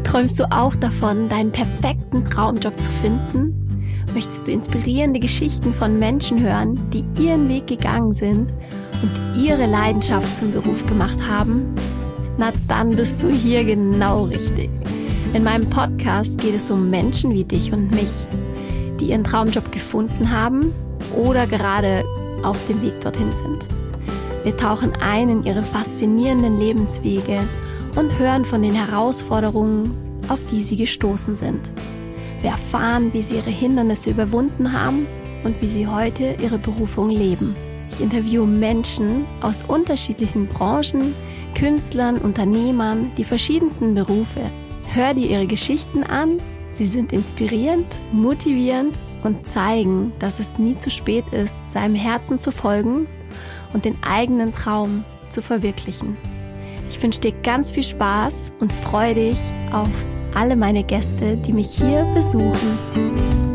Träumst du auch davon, deinen perfekten Traumjob zu finden? Möchtest du inspirierende Geschichten von Menschen hören, die ihren Weg gegangen sind und ihre Leidenschaft zum Beruf gemacht haben? Na, dann bist du hier genau richtig. In meinem Podcast geht es um Menschen wie dich und mich, die ihren Traumjob gefunden haben oder gerade auf dem Weg dorthin sind. Wir tauchen ein in ihre faszinierenden Lebenswege und hören von den Herausforderungen, auf die sie gestoßen sind. Wir erfahren, wie sie ihre Hindernisse überwunden haben und wie sie heute ihre Berufung leben. Ich interviewe Menschen aus unterschiedlichen Branchen, Künstlern, Unternehmern, die verschiedensten Berufe. Hör dir ihre Geschichten an, sie sind inspirierend, motivierend und zeigen, dass es nie zu spät ist, seinem Herzen zu folgen und den eigenen Traum zu verwirklichen. Ich wünsche dir ganz viel Spaß und freue dich auf alle meine Gäste, die mich hier besuchen.